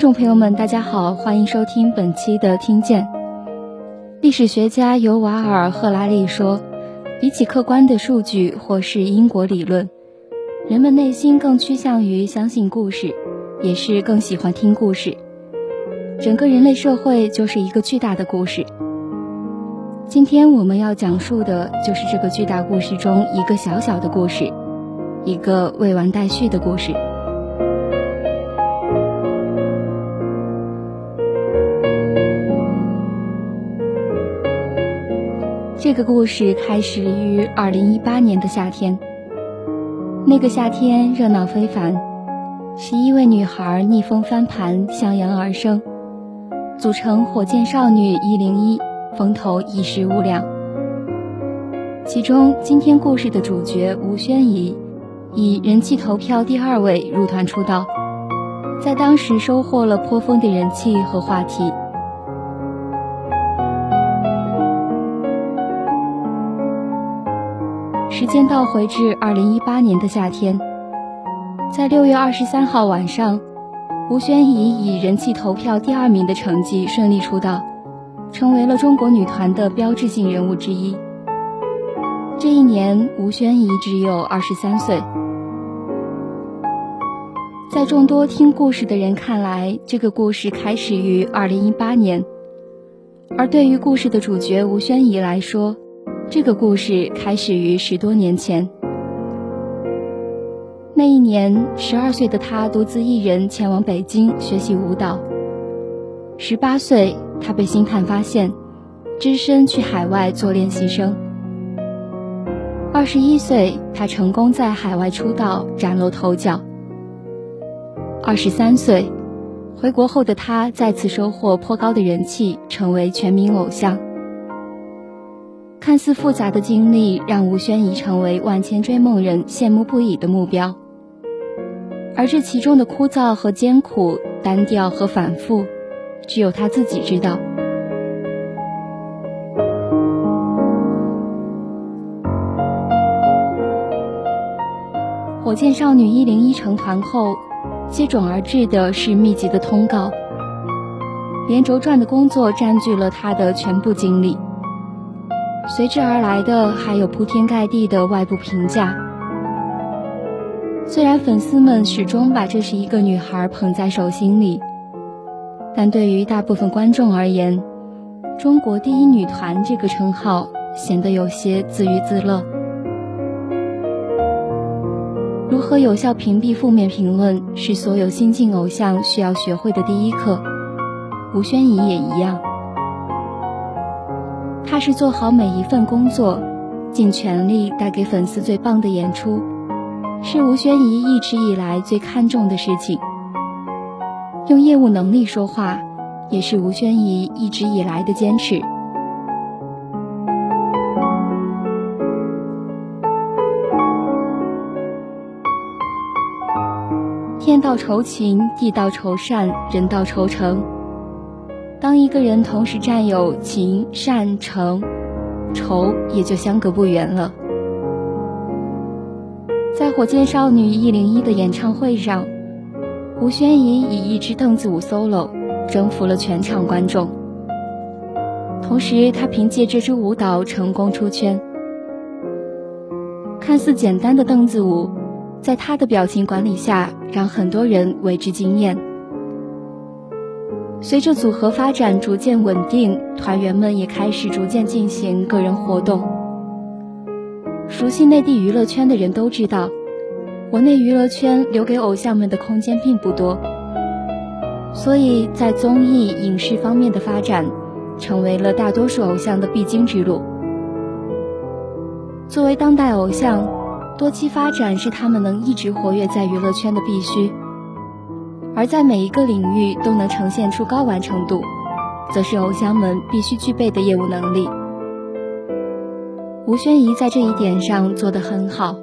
众朋友们大家好，欢迎收听本期的听见。历史学家尤瓦尔·赫拉利说，比起客观的数据或是因果理论，人们内心更趋向于相信故事，也是更喜欢听故事。整个人类社会就是一个巨大的故事。今天我们要讲述的就是这个巨大故事中一个小小的故事，一个未完待续的故事。这个故事开始于2018年的夏天。那个夏天热闹非凡，11位女孩逆风翻盘，向阳而生，组成火箭少女101，风头一时无两。其中今天故事的主角吴宣仪以人气投票第2位入团出道，在当时收获了颇丰的人气和话题。时间倒回至2018年的夏天，在6月23号晚上，吴宣仪以人气投票第2名的成绩顺利出道，成为了中国女团的标志性人物之一。这一年，吴宣仪只有23岁。在众多听故事的人看来，这个故事开始于2018年，而对于故事的主角吴宣仪来说，这个故事开始于10多年前。那一年，12岁的她独自一人前往北京学习舞蹈。18岁，她被星探发现，只身去海外做练习生。21岁，她成功在海外出道，崭露头角。23岁，回国后的她再次收获颇高的人气，成为全民偶像。看似复杂的经历让吴宣仪成为万千追梦人羡慕不已的目标，而这其中的枯燥和艰苦，单调和反复，只有她自己知道。火箭少女101成团后，接踵而至的是密集的通告，连轴转的工作占据了她的全部精力。随之而来的还有铺天盖地的外部评价。虽然粉丝们始终把这是一个女孩捧在手心里，但对于大部分观众而言，中国第一女团这个称号显得有些自娱自乐。如何有效屏蔽负面评论是所有新晋偶像需要学会的第一课，吴宣仪也一样。她是做好每一份工作，尽全力带给粉丝最棒的演出，是吴宣仪一直以来最看重的事情。用业务能力说话，也是吴宣仪一直以来的坚持。天道酬勤，地道酬善，人道酬诚。当一个人同时占有勤、善、诚，酬也就相隔不远了。在火箭少女101的演唱会上，吴宣仪以一支凳子舞 solo 征服了全场观众，同时她凭借这支舞蹈成功出圈。看似简单的凳子舞，在她的表情管理下，让很多人为之惊艳。随着组合发展逐渐稳定，团员们也开始逐渐进行个人活动。熟悉内地娱乐圈的人都知道，国内娱乐圈留给偶像们的空间并不多，所以在综艺、影视方面的发展，成为了大多数偶像的必经之路。作为当代偶像，多期发展是他们能一直活跃在娱乐圈的必须。而在每一个领域都能呈现出高完成度，则是偶像们必须具备的业务能力。吴宣仪在这一点上做得很好。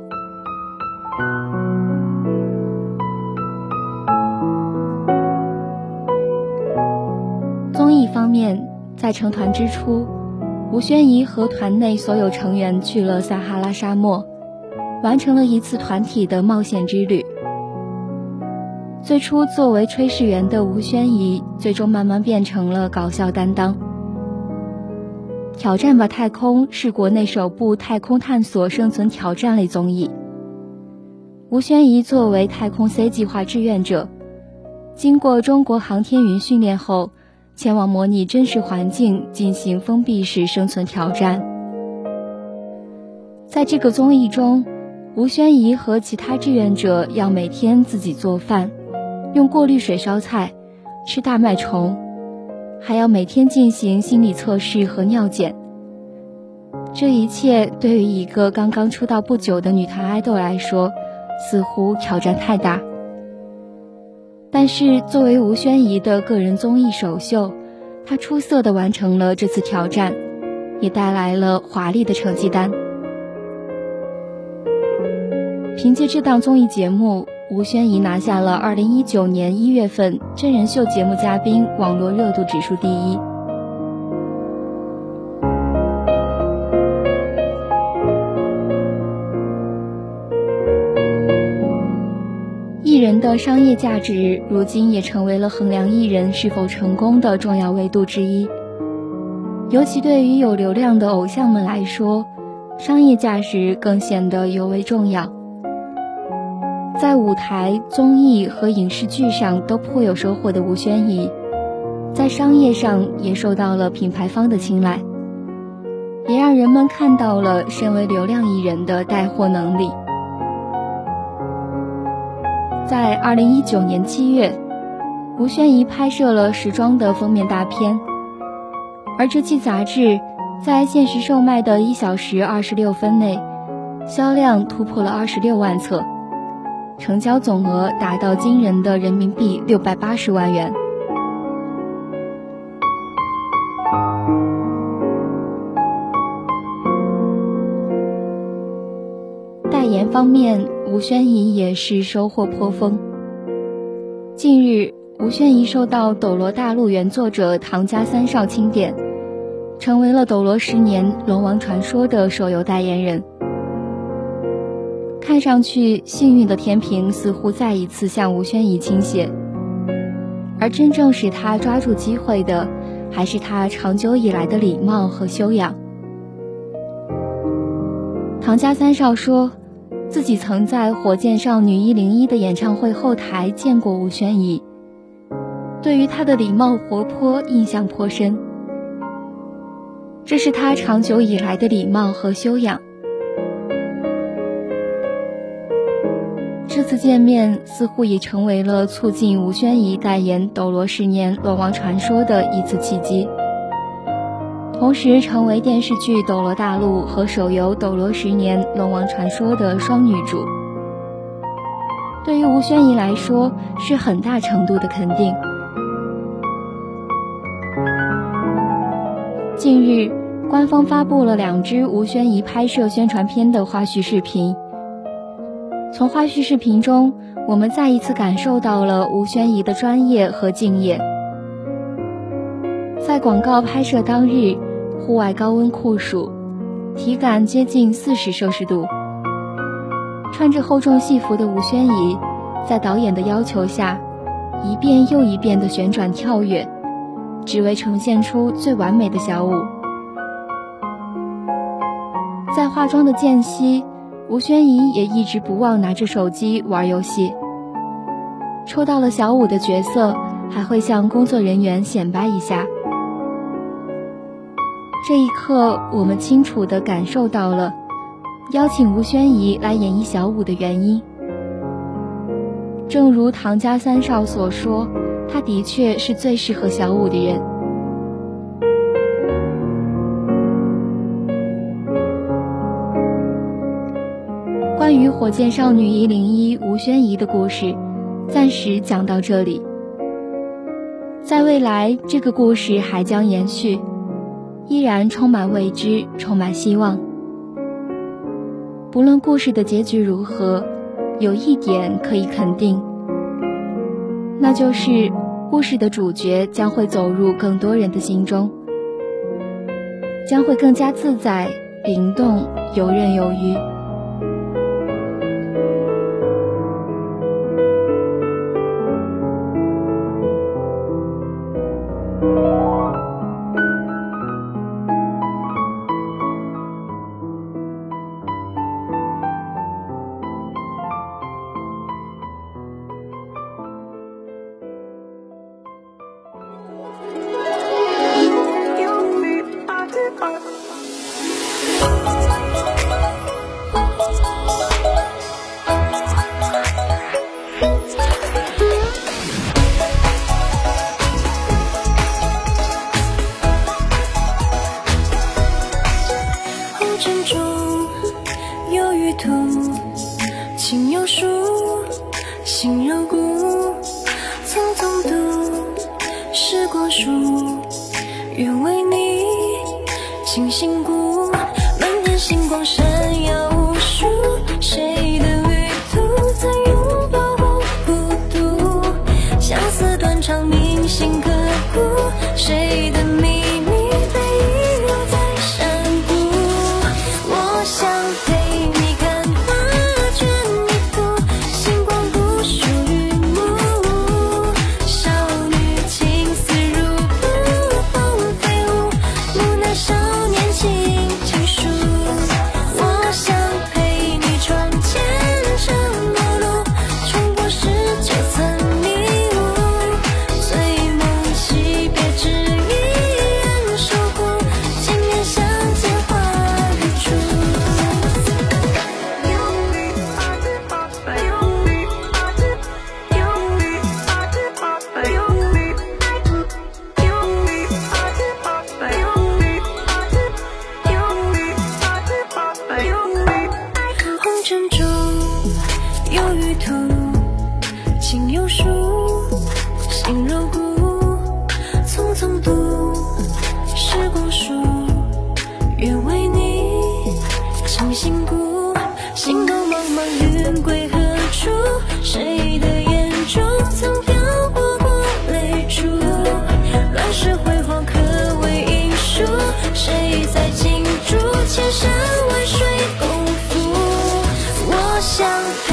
综艺方面，在成团之初，吴宣仪和团内所有成员去了撒哈拉沙漠，完成了一次团体的冒险之旅。 最初作为炊事员的吴宣仪，最终慢慢变成了搞笑担当。挑战吧太空是国内首部太空探索生存挑战类综艺。吴宣仪作为太空 C 计划志愿者，经过中国航天员训练后，前往模拟真实环境进行封闭式生存挑战。在这个综艺中，吴宣仪和其他志愿者要每天自己做饭，用过滤水烧菜，吃大麦虫，还要每天进行心理测试和尿检。这一切对于一个刚刚出道不久的女团爱豆来说，似乎挑战太大。但是作为吴宣仪的个人综艺首秀，她出色地完成了这次挑战，也带来了华丽的成绩单。凭借这档综艺节目，吴宣仪拿下了2019年1月份真人秀节目嘉宾网络热度指数第一。艺人的商业价值如今也成为了衡量艺人是否成功的重要维度之一。尤其对于有流量的偶像们来说，商业价值更显得尤为重要。在舞台、综艺和影视剧上都颇有收获的吴宣仪，在商业上也受到了品牌方的青睐，也让人们看到了身为流量艺人的带货能力。在2019年7月，吴宣仪拍摄了时装的封面大片，而这期杂志在限时售卖的1小时26分内，销量突破了26万册，成交总额达到惊人的人民币680万元。代言方面，吴宣仪也是收获颇丰。近日，吴宣仪受到《斗罗大陆》原作者唐家三少钦点，成为了《斗罗10年龙王传说》的手游代言人。看上去，幸运的天平似乎再一次向吴宣仪倾斜，而真正使他抓住机会的，还是他长久以来的礼貌和修养。唐家三少说，自己曾在火箭少女101的演唱会后台见过吴宣仪，对于她的礼貌活泼印象颇深。这是她长久以来的礼貌和修养。这次见面似乎已成为了促进吴宣仪代言《斗罗10年龙王传说》的一次契机，同时成为电视剧《斗罗大陆》和手游《斗罗10年龙王传说》的双女主。对于吴宣仪来说，是很大程度的肯定。近日，官方发布了2支吴宣仪拍摄宣传片的花絮视频。从花絮视频中，我们再一次感受到了吴宣仪的专业和敬业。在广告拍摄当日，户外高温酷暑，体感接近40摄氏度。穿着厚重戏服的吴宣仪，在导演的要求下，一遍又一遍的旋转跳跃，只为呈现出最完美的小舞。在化妆的间隙，吴宣仪也一直不忘拿着手机玩游戏。抽到了小舞的角色，还会向工作人员显摆一下。这一刻，我们清楚地感受到了邀请吴宣仪来演绎小舞的原因。正如唐家三少所说，她的确是最适合小舞的人。关于火箭少女101吴宣仪的故事，暂时讲到这里。在未来，这个故事还将延续，依然充满未知，充满希望。不论故事的结局如何，有一点可以肯定，那就是故事的主角将会走入更多人的心中，将会更加自在、灵动、游刃有余。 情有数，心有故，匆匆度时光树，愿为你倾心骨，满天星光闪耀无数，谁的旅途曾拥抱后孤独，相思断肠铭心刻骨，谁的秘密被遗留在山谷，我想陪你看画卷一幅，星光不属于目，少女情丝如不风飞舞，无奈少年情情书，我想陪你闯前尘陌路，冲破19层迷雾，醉梦惜别只一人守护，情缘相见花日出。红尘中有余土，情有数，心若骨，匆匆度时光树，愿为你倾心骨，心头茫茫云归何处？谁的眼中曾飘过泪珠？乱世辉煌可为艺术，谁在倾注千山万水功夫？我想